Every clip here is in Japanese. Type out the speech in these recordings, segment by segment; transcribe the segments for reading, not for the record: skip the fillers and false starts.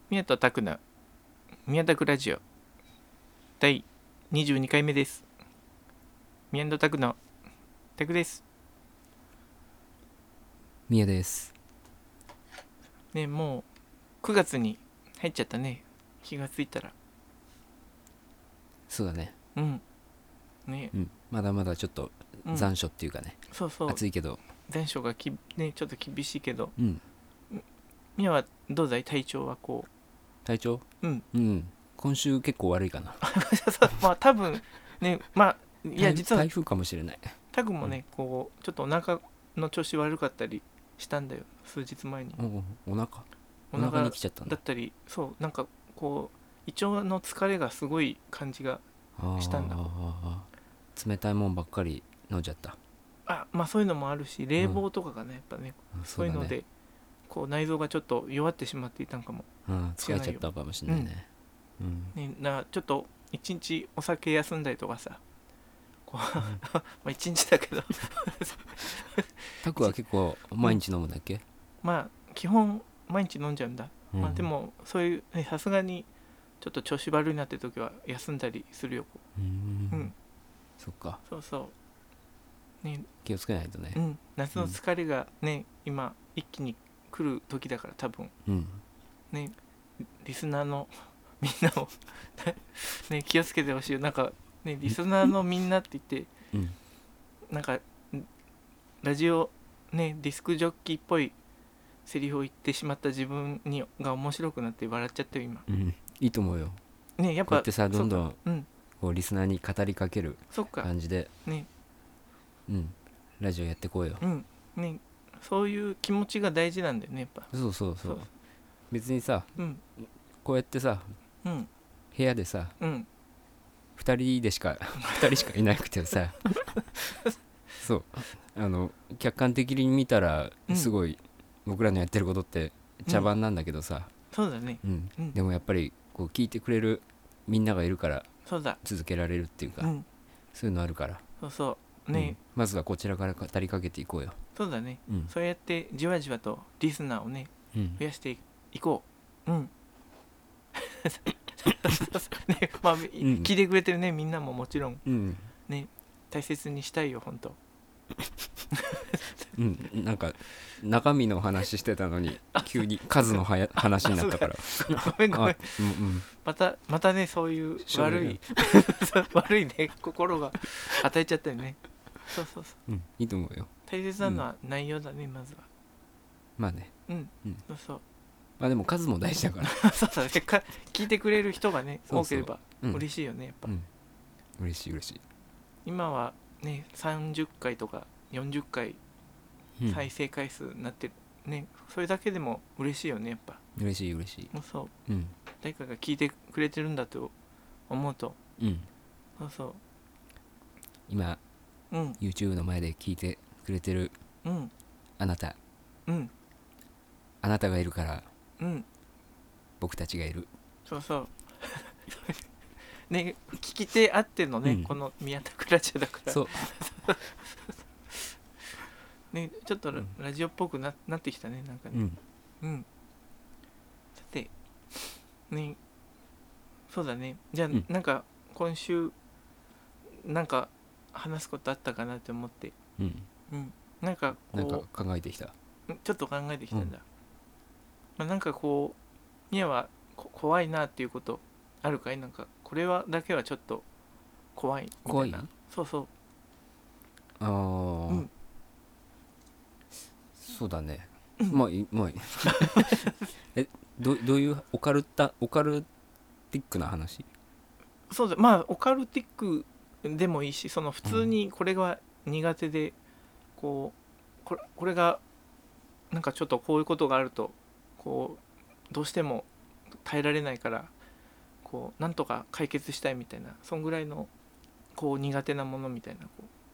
宮と拓の宮拓ラジオ第22回目です。宮と拓の拓です。 宮ですね、もう9月に入っちゃったね。気がついたら。 そうだね。 うんね、 まだまだちょっと残暑っていうかね、 そうそう、 暑いけど、 残暑がね、ちょっと厳しいけど、 うん、 宮はどうだい、体調はこ体調う。 今週結構悪いかな。 まあ多分ね、まあいや実は台風かもしれない。 拓もね、こうちょっとお腹の調子悪かったりしたんだよ、数日前に。 お腹に来ちゃったんだ。 だったり、そうなんかこう胃腸の疲れがすごい感じがしたんだ。 冷たいもんばっかり飲んじゃった。 まあそういうのもあるし、冷房とかがね、やっぱね、そういうのでこう内臓がちょっと弱ってしまっていたんかもし疲れちゃったかもしれないね。 ちょっと一日お酒休んだりとかさ、こうまあ一日だけどタクは結構毎日飲むんだっけ？ まあ基本毎日飲んじゃうんだ。まあでもそういうさすがにちょっと調子悪いなって時は休んだりするよ。 そっか。 そうそうね、 気をつけないとね。 夏の疲れがね、今一気に来る時だから、多分ね、リスナーのみんなもね、気をつけてほしいよ。なんかね、リスナーのみんなって言って、なんかラジオね、ディスクジョッキーっぽいセリフを言ってしまった自分が面白くなって笑っちゃってる今。 いいと思うよね、やっぱこうやってさ、どんどんこうリスナーに語りかける感じでね、 ラジオやってこうよ。 ね、そういう気持ちが大事なんだよね、やっぱ。 そう別にさ、こうやってさ、部屋でさ、2人しかいなくてさそう客観的に見たらすごい僕らのやってることって茶番なんだけどさ、 そうだね、 でもやっぱりこう聞いてくれるみんながいるからそうだ、 続けられるっていうか、そういうのあるから、 そうね、 まずはこちらから語りかけていこうよ。 そうだね、そうやってじわじわとリスナーをね、増やしていこう。ね、まあ、聞いてくれてるね、みんなももちろん、ね、大切にしたいよ、ほんと。 なんか中身の話してたのに急に数の話になったからごめんまたね、そういう悪いね、心が与えちゃったよね。そういいと思うよ。 大切なのは内容だね、まずは。 まあね、 そうまあでも数も大事だからそうだね、聞いてくれる人がね、多ければ嬉しいよね、やっぱ。 嬉しい。 今はね、30回とか40回再生回数になってるね、それだけでも嬉しいよね、やっぱ。 嬉しい。もうそう、誰かが聞いてくれてるんだと思うと、そう今、YouTube の前で聞いてくれてるあなた、あなたがいるから、僕たちがいる。 そうね、聞き手あってのね、この宮田クラジオだからそうね、ちょっとラジオっぽくなってきたね、なんかね。さてね、そうだね、じゃあ、なんか今週なんか話すことあったかなって思って、なんか考えてきた。 ちょっと考えてきたんだ。なんかこう宮は怖いなっていうことあるかい？なんかこれだけはちょっと怖いみたいな。そうそうだね。もういいどういうオカルティックな話？ そうだ、まあオカルティックでもいいし、その普通にこれが苦手で、これがなんかちょっとこういうことがあるとこうどうしても耐えられないから、こうなんとか解決したいみたいな、そんぐらいのこう苦手なものみたいな、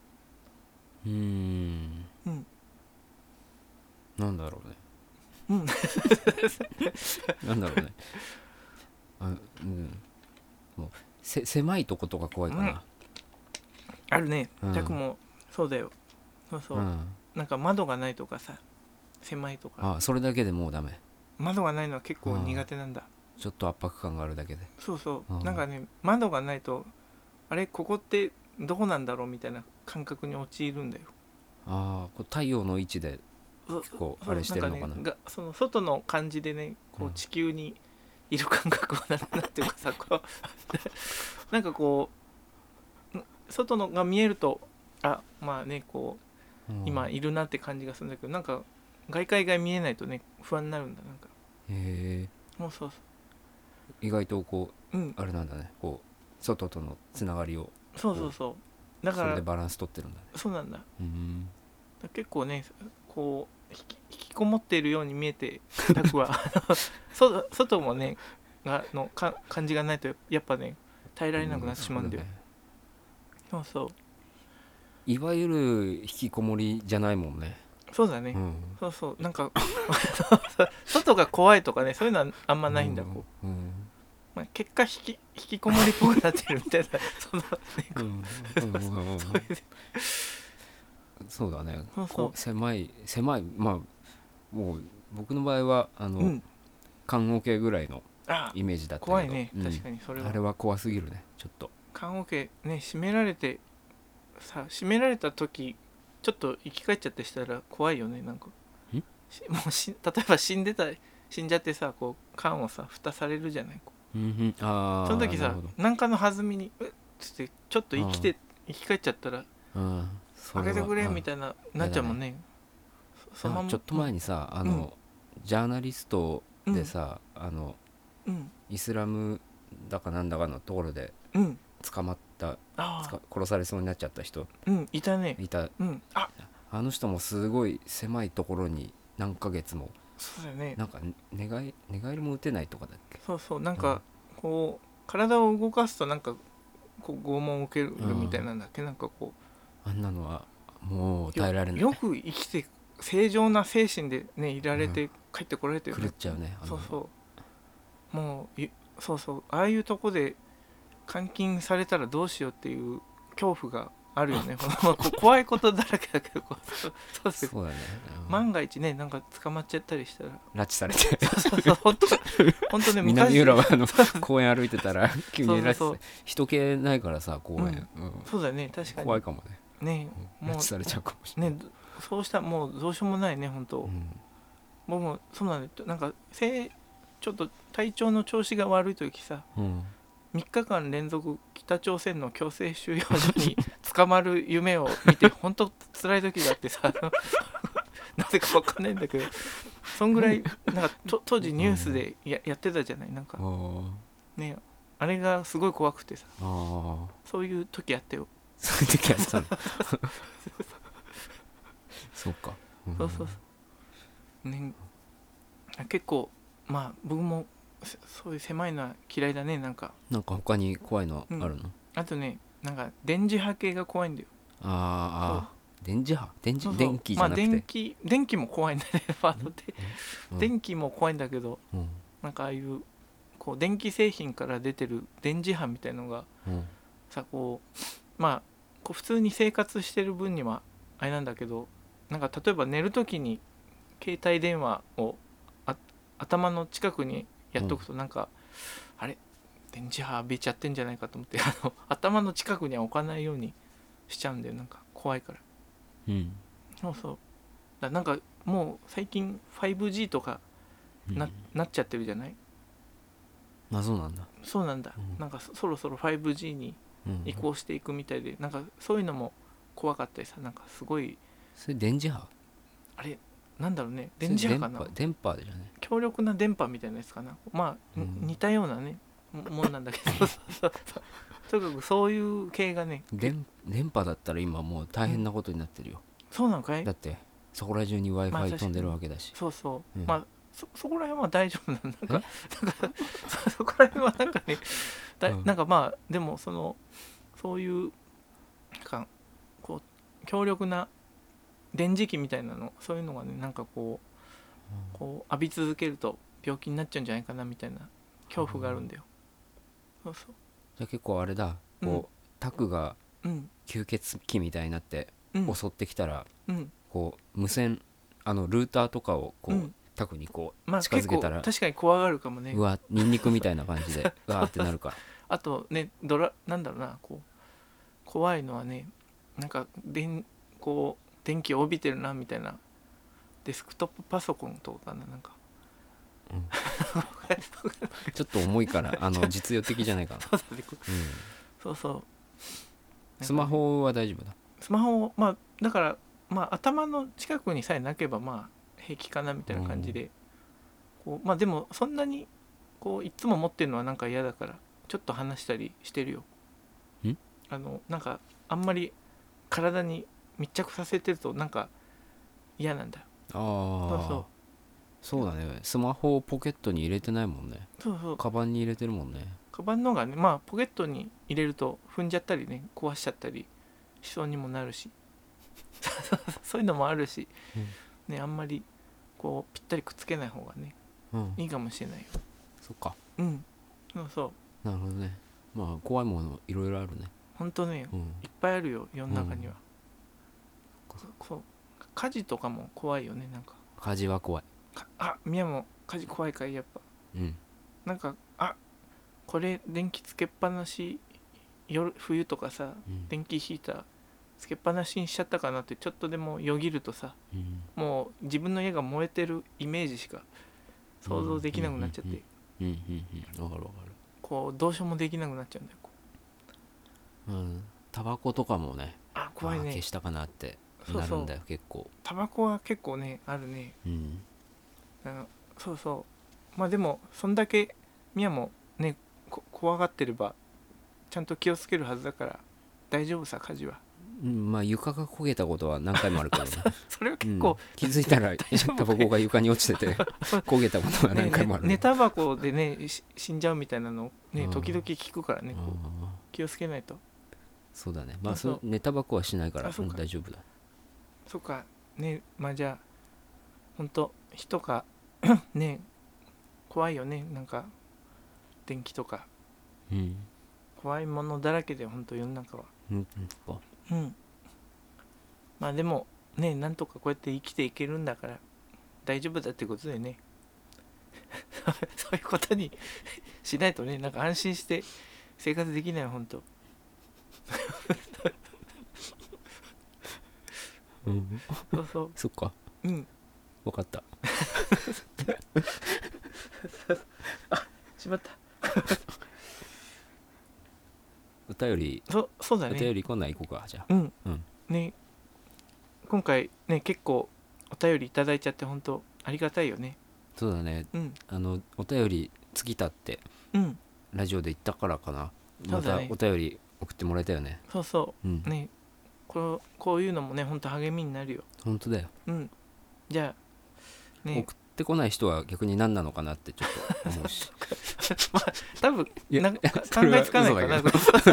なんだろうね。なんだろうね。もう狭いとことか怖いかな。 あるね。ジャクもそうだよ。そう、なんか窓がないとかさ、狭いとか。 それだけでもうダメ。 窓がないのは結構苦手なんだ。 ちょっと圧迫感があるだけで。 そうそう、なんかね窓がないとあれここってどこなんだろうみたいな感覚に陥るんだよ。 ああ、こう太陽の位置でこうあれしてるのかな。 なんかね、その外の感じでねこう地球にいる感覚はなんていうかさこうなんかこう外のが見えるとまあねこう、今いるなって感じがするんだけど、なんか外界が見えないとね不安になるんだ。なんかへえ。 そうそう意外とこう、あれなんだね、こう外とのつながりをそうだからそれでバランス取ってるんだね。 そうなんだ。結構ねこう引きこもっているように見えてたくは外もねの感じがないとやっぱね耐えられなくなってしまうんだよ。そういわゆる引きこもりじゃないもんね。 そうだね、そうなんか外が怖いとかねそういうのはあんまないんだ。こう、まあ、結果引きこもりっぽくなってるみたいなそのそうだね。狭いまあもう僕の場合は棺桶ぐらいのイメージだったけど、 怖いね、確かにそれは。 あれは怖すぎるねちょっと。 棺桶ね閉められてさ、閉められた時ちょっと生き返っちゃってしたら怖いよね。なんかもう例えば死んじゃってさこう缶をさ蓋されるじゃない。その時さ何かの弾みにつってちょっと生き返っちゃったら開けてくれみたいななっちゃうもんね。 ちょっと前にさジャーナリストでさイスラムだかなんだかのところで捕まった殺されそうになっちゃった人いたね。 あの人もすごい狭いところに何ヶ月も。 そうだよね。 なんか寝返りも打てないとかだっけ。 そうなんかこう体を動かすとなんかこう拷問を受けるみたいなんだっけ。なんかこうあんなのはもう耐えられない。 よく生きて正常な精神でねいられて帰ってこられてる。 狂っちゃうね。 そうもうああいうとこで監禁されたらどうしようっていう恐怖があるよね怖いことだらけだけどそうだね。 万が一ねなんか捕まっちゃったりしたら拉致されて本当ね南浦和の公園歩いてたら急に拉致されて人気ないからさ公園、 そうだよね。確かに怖いかもね。 拉致されちゃうかもしれないね。そうしたらもうどうしようもないね本当。僕もそうなんだ。なんかちょっと体調の調子が悪い時さ、3日間連続北朝鮮の強制収容所に捕まる夢を見て本当辛い時があってさなぜか分かんないんだけどそんぐらいなんか当時ニュースでやってたじゃない。なんかねあれがすごい怖くてさそういう時あったよ。 そういう時あったのそうか。 そうね。結構まあ僕もそういう狭いのは嫌いだね。なんか他に怖いのあるの？ あとねなんか電磁波系が怖いんだよ。 電磁波電気じゃなくて電気も怖いんだね電気も怖いんだけど、なんかああいうこう電気製品から出てる電磁波みたいのがさこうまあこう普通に生活してる分にはあれなんだけど、なんか例えば寝る時に携帯電話を頭の近くにやっとくとなんか、あれ電磁波浴びちゃってんじゃないかと思って頭の近くには置かないようにしちゃうんだよ。なんか怖いから。そうなんかもう最近 5G とかなっちゃってるじゃない。 そうなんだ。 そうなんだ、なんかそろそろ 5G に移行していくみたいで、なんかそういうのも怖かったりさ。なんかすごいそれ電磁波あれなんだろうね。電磁波かな。 電波じゃね。 強力な電波みたいなやつかな。まあ、似たようなねもんなんだけどとにかくそういう系がね。 電波だったら今もう大変なことになってるよ。 そうなのかい。 だってそこら中に Wi-Fi 飛んでるわけだし。 まあそこら辺は大丈夫なんかそこら辺はなんかねなんかまあでもそういうかこう強力な電磁気みたいなのそういうのがねなんかこう浴び続けると病気になっちゃうんじゃないかなみたいな恐怖があるんだよ。 じゃあ結構あれだこうタクが吸血鬼みたいになって襲ってきたらこう無線ルーターとかをこうタクにこまあう近づけたら、 確かに怖がるかもね。 うわニンニクみたいな感じでうわーってなるからあとねなんだろうな、こう怖いのはね、なんかこう電気を帯びてるなみたいな、デスクトップパソコンとかな、なんか、 うん、ちょっと重いから実用的じゃないかな。 そうだね、そうそう、 スマホは大丈夫だ。 スマホ、まあだからまあ頭の近くにさえなければまあ平気かなみたいな感じで、こうまあでもそんなにこういつも持ってるのはなんか嫌だから、ちょっと離したりしてるよ。なんかあんまり体に密着させてるとなんか嫌なんだよ。 そうだね。スマホをポケットに入れてないもんね。 そうそう、 カバンに入れてるもんね。 カバンのがね、まあポケットに入れると踏んじゃったりね、壊しちゃったりしそうにもなるしそういうのもあるし、ね、あんまりこうぴったりくっつけない方がね、いいかもしれないよ。 そっか。 そうなるほどね。まあ怖いものいろいろあるね。 ほんとね、いっぱいあるよ世の中には。そう、火事とかも怖いよね。なんか火事は怖い。 宮も火事怖いかい、やっぱ。なんかこれ電気つけっぱなし、冬とかさ、電気ヒーターつけっぱなしにしちゃったかなって、ちょっとでもよぎるとさ、もう自分の家が燃えてるイメージしか想像できなくなっちゃって、 わかる。 こうどうしようもできなくなっちゃうんだよ。 タバコとかもね、 怖いね。 消したかなってなるんだよ。結構タバコは結構ねあるね。そうまあでもそんだけミヤもね怖がってればちゃんと気をつけるはずだから大丈夫さ、火事は。 まあ床が焦げたことは何回もあるけどねそれは結構、 気づいたらタバコが床に落ちてて焦げたことは何回もある。 寝タバコでね死んじゃうみたいなのね、時々聞くからね、気をつけないと。 そうだね。まあ寝タバコはしないから大丈夫だ。 そうかね。まあじゃあほんと人がね怖いよね。なんか電気とか、怖いものだらけでほんと世の中は。まあでもね、なんとかこうやって生きていけるんだから大丈夫だってことでねそういうことにしないとね、なんか安心して生活できないよほんとそっか。分かったしまったお便り。 そうだね。 お便りこんなんいこうか。じゃあね、今回ね結構お便りいただいちゃって本当ありがたいよね。 そうだね。お便り尽きたってラジオで言ったからかな。またお便り送ってもらえたよね。 ね、こういうのもね本当励みになるよ。 本当だよ。 じゃあね、 送ってこない人は逆に何なのかなってちょっと思うしまあ多分なんか考えつかないかな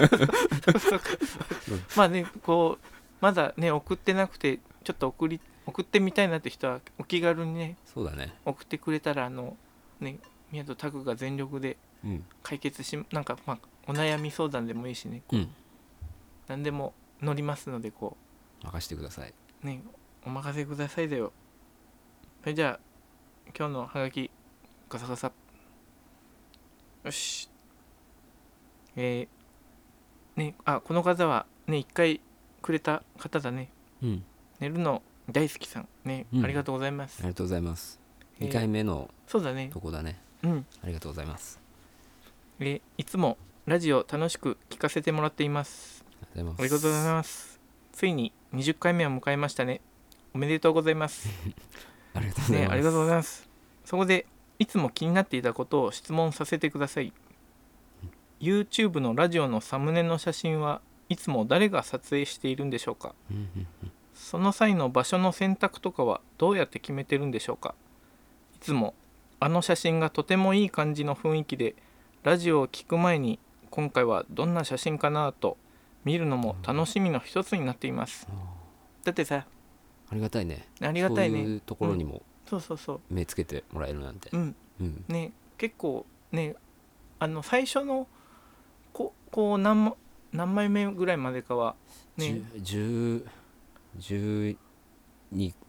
まあね、こうまだね送ってなくてちょっと送ってみたいなって人はお気軽にね、 そうだね、 送ってくれたらね、宮とタクが全力で解決なんかまあお悩み相談でもいいしね、何でも乗りますので任せてくださいね、お任せくださいだよ。それじゃあ今日のハガキガサガサ、よし。ね、この方はね1回くれた方だね。寝るの大好きさんね、ありがとうございます。 ありがとうございます。2回目のそうだね、 とこだね。ありがとうございます。 いつもラジオ楽しく聞かせてもらっています。ありがとうございます。ついに20回目を迎えましたね。おめでとうございますありがとうございます。 ありがとうございます。そこでいつも気になっていたことを質問させてください。YouTube のラジオのサムネの写真はいつも誰が撮影しているんでしょうか。その際の場所の選択とかはどうやって決めてるんでしょうか。いつもあの写真がとてもいい感じの雰囲気で、ラジオを聞く前に今回はどんな写真かなと見るのも楽しみの一つになっています。だってさ、 ありがたいね。 ありがたいね。 そういうところにもそう目つけてもらえるなんて。 ね、結構ね、最初のこう何枚目ぐらいまでかはね、 12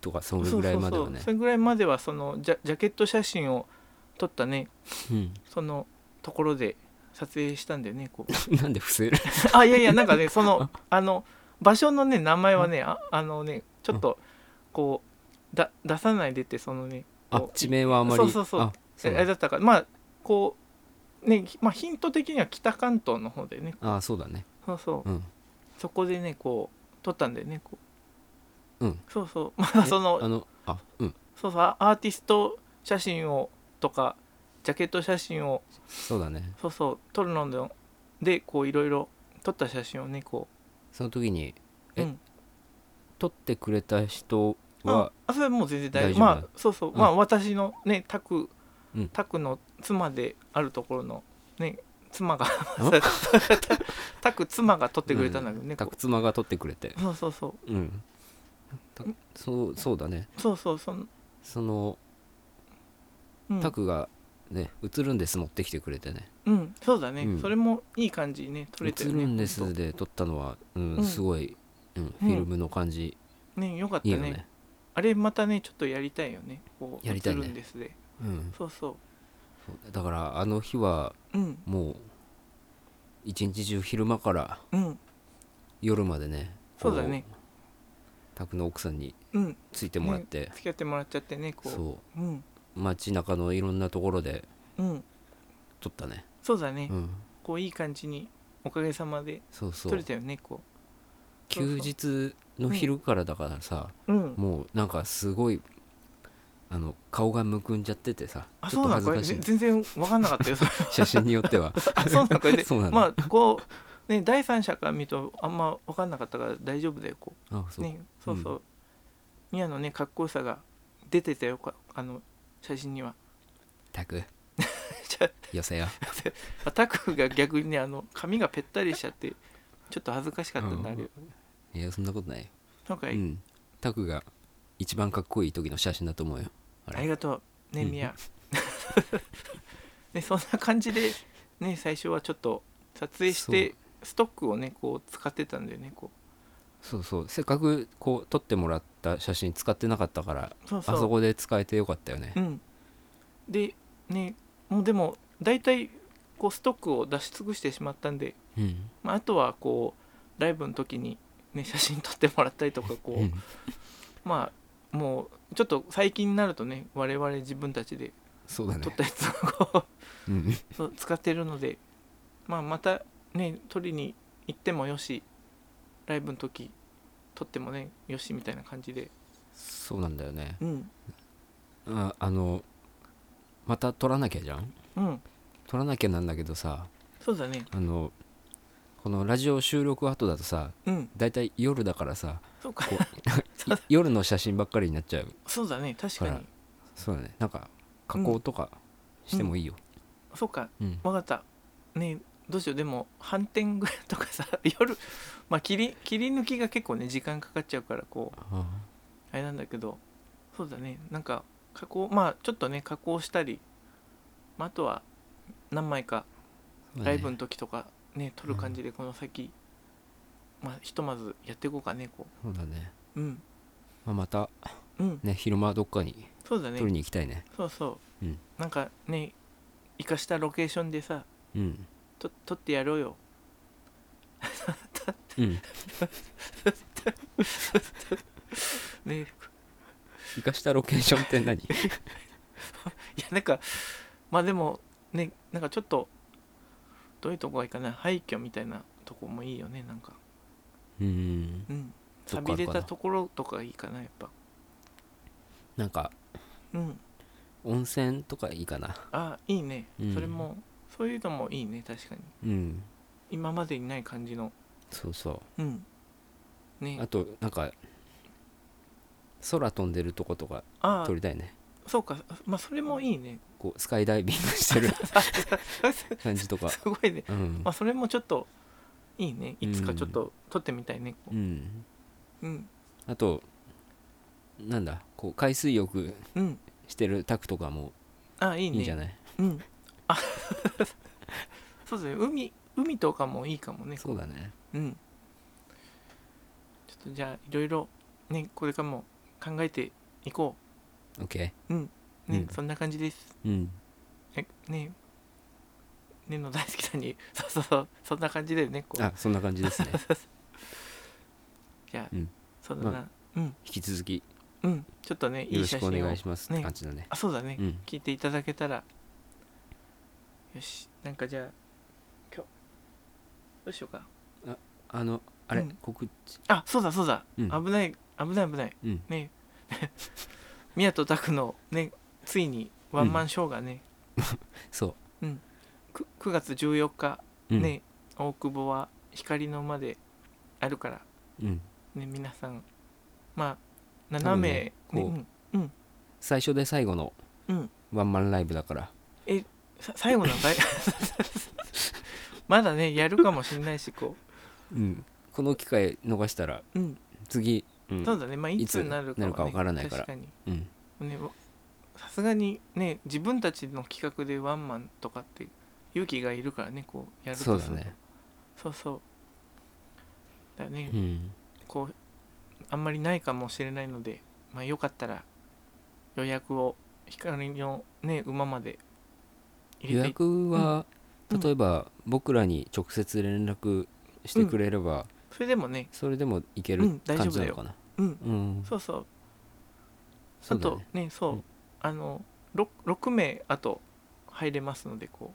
とかそれぐらいまではね。 それぐらいまではそのジャケット写真を撮ったね、そのところで撮影したんだよねこうなんで伏せるいやいやなんかねその場所のね名前はねちょっとこう出さないでってそのね地名はあまりそうあれだったからまあこうねヒント的には北関東の方でねそうだねそう、そこでねこう撮ったんだよねこうそうまあそのそうアーティスト写真をとかジャケット写真をそうだねそう撮るのでこういろいろ撮った写真をねこうその時に撮ってくれた人はそれはもう全然大丈夫まあ私のねタクの妻であるところのね妻がタク妻が撮ってくれたんだけどね、 タク妻が撮ってくれてそうだねそのタクがね映るんです持ってきてくれてねそうだね、それもいい感じにね撮れてるね。 映るんですで撮ったのはすごいフィルムの感じねよかったね。あれまたねちょっとやりたいよねこうやりたいね映るんですでそうだからあの日はもう一日中昼間から夜までねそうだねタクの奥さんについてもらって付き合ってもらっちゃってね街中のいろんなところで撮ったね。 そうだねこういい感じにおかげさまで撮れたよねこう休日の昼からだからさもうなんかすごい顔がむくんじゃっててさちょっと恥ずかしい。 全然分かんなかったよ写真によってはそうなんこれでまあこうね第三者から見るとあんま分かんなかったから大丈夫だよこうねそう宮のねかっこよさが出てたよ写真には。 タクよせよタクが逆にね髪がぺったりしちゃってちょっと恥ずかしかったんだあれ。 いやそんなことないよ。 そうかい。 タクが一番かっこいい時の写真だと思うよ。 ありがとうねミヤねそんな感じでね最初はちょっと撮影してストックをねこう使ってたんだよねこう。 そうせっかくこう撮ってもらった写真使ってなかったからあそこで使えてよかったよね。 でねもうでも大体こうストックを出し尽くしてしまったんで、あとはこうライブの時にね写真撮ってもらったりとかこうまあもうちょっと最近になるとね我々自分たちで撮ったやつをこう使ってるのでまたね撮りに行ってもよしライブの時撮ってもねよしみたいな感じで。 そうなんだよね。また撮らなきゃじゃん。撮らなきゃなんだけどさそうだねこのラジオ収録後だとさだいたい夜だからさそうか夜の写真ばっかりになっちゃう。 そうだね確かにそうだねなんか加工とかしてもいいよ。 そうか分かったね。どうしようでも半点ぐらいとかさ夜切り抜きが結構ね時間かかっちゃうからこうあれなんだけどそうだねなんか加工ちょっとね加工したりあとは何枚かライブの時とかね撮る感じでこの先ひとまずやっていこうかねこう。そうだねまたね昼間どっかに撮りに行きたいね。 そうなんかね生かしたロケーションでさ撮ってやろうよね生かしたロケーションって何いやなんかでもねなんかちょっとどういうとこがいいかな廃墟みたいなとこもいいよねなんか寂れたところとかがいいかなやっぱなんか温泉とかいいかな。 いいねそれもそういうのもいいね確かに今までにない感じのそうねあとなんか空飛んでるとことか撮りたいね。 そうかそれもいいねこうスカイダイビングしてる感じとかすごいねそれもちょっといいねいつかちょっと撮ってみたいねあとなんだこう海水浴してるタクとかもいいんじゃない。 そうですね海とかもいいかもね。 そうだねちょっとじゃあいろいろねこれからも考えていこう。 OK。 ね、うん、そんな感じです。ねの大好きさんにそうそんな感じだよね。 あ、そんな感じですね。 じゃあ、そんな、引き続きちょっとね、 いい写真をよろしくお願いしますって感じだね。 あ、そうだね、聞いていただけたらよし。なんかじゃあ今日どうしようか。 あれ、告知。 あ、そうだ、危ないね。宮と拓のね、ついにワンマンショーがね、 そう、 9月14日ね、大久保は光の間であるから、ね、皆さんまあ7名ね、 最初で最後のワンマンライブだから、 最後のまだねやるかもしれないし、この機会逃したら、次、 そうだね、まあいつになるかわからないから、 確かに、さすがにね自分たちの企画でワンマンとかって勇気がいるからね、こうやると。 そうだね。 そうだね、こうあんまりないかもしれないので、まあよかったら予約を光のね馬まで入れて、予約は、例えば僕らに直接連絡してくれれば、 それでもね、 それでもいける感じなのかな。 そうあとね、6名あと入れますので、こ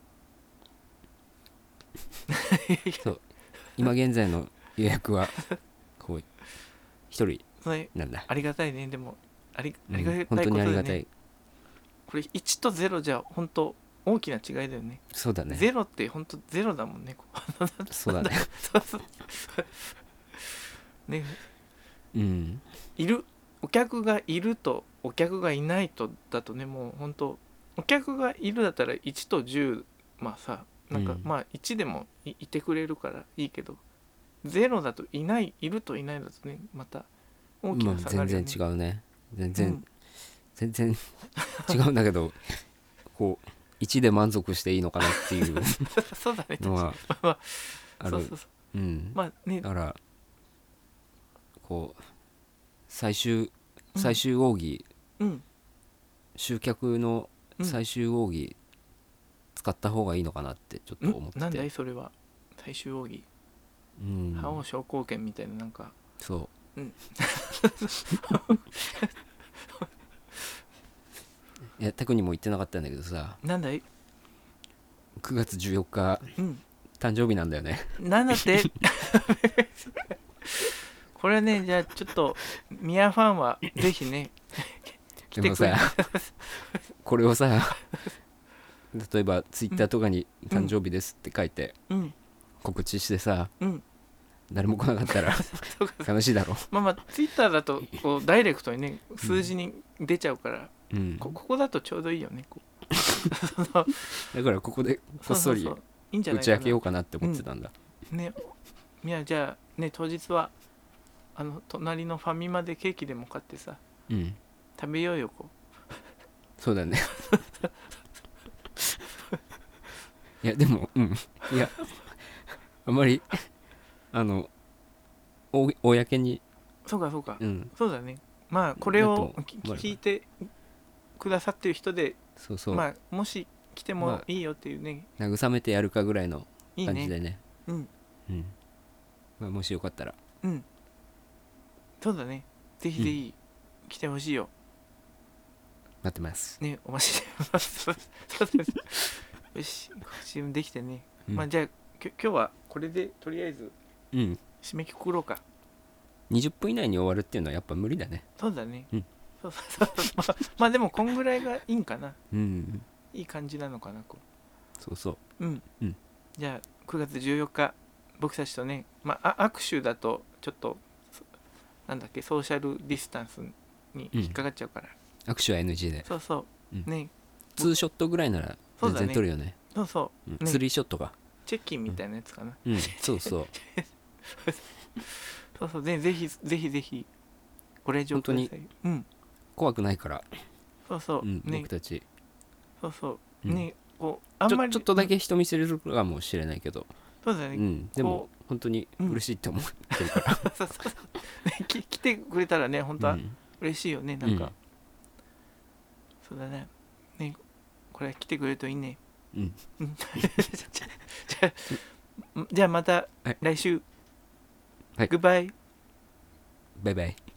うそう今現在の予約はこう1人なんだ。 ありがたいね。でもありがたいことだよね。本当にありがたい。 これ1と0じゃ本当大きな違いだよね。 そうだね。 0って本当ゼロだもんね。 そうだね。 ね、いるお客がいるとお客がいないとだとね、もう本当お客がいるだったら1と10、まあさ、なんかまあ1でも いてくれるからいいけど、0だといるといないだとね、また大きな差があるよね。 全然違うね。全然違うんだけどこう1で満足していいのかなっていうそうだね、 のはある。 まあね、 だからこう最終奥義、集客の最終奥義使った方がいいのかなってちょっと思って。 なんだいそれは。最終奥義、覇王昇降券みたいな、なんかそう、いやタクにも言ってなかったんだけどさ、 なんだい 9月14日、誕生日なんだよね。 なんだってこれね、じゃあちょっとミヤファンはぜひねでもさこれをさ例えばツイッターとかに誕生日ですって書いて告知してさ、誰も来なかったら悲しいだろ。 まあツイッターだとこうダイレクトにね数字に出ちゃうから、ここだとちょうどいいよね。 だからここでこっそり打ち明けようかなって思ってたんだ。 ね、いやじゃあね、当日は隣のファミマでケーキでも買ってさ、食べようよ、こう。そうだね。いやでもいやあまり公に。 そうか、そうだね。まあこれを聞いてくださってる人で、まあもし来てもいいよっていうね、 慰めてやるかぐらいの感じでね。まあもしよかったら、 そうだね、ぜひぜひ来てほしいよ。 待ってますね、お待ちしてます。よし、告知できてね。まあじゃあ今日はこれでとりあえず締めくくろうか。 20分以内に終わるっていうのはやっぱ無理だね。 そうだね。まあでもこんぐらいがいいんかな。いい感じなのかな、こう。そう。 じゃあ9月14日僕たちとね、まあ握手だとちょっとなんだっけ、ソーシャルディスタンスに引っかかっちゃうから、 握手は NG で。 そうね、 ツーショットぐらいなら全然撮るよね。スリーショットかチェッキンみたいなやつかな。 そうそうぜひご来場ください。本当に怖くないから。 僕たちね、こうあんまりちょっとだけ人見せれるかもしれないけど、 そうだね、 でも本当に嬉しいって思ってるから、 来てくれたらね、本当は嬉しいよねなんか、そうだね。ね、これ来てくれるといいね。じゃあまた来週。 はい。 グッバイ。 バイバイ。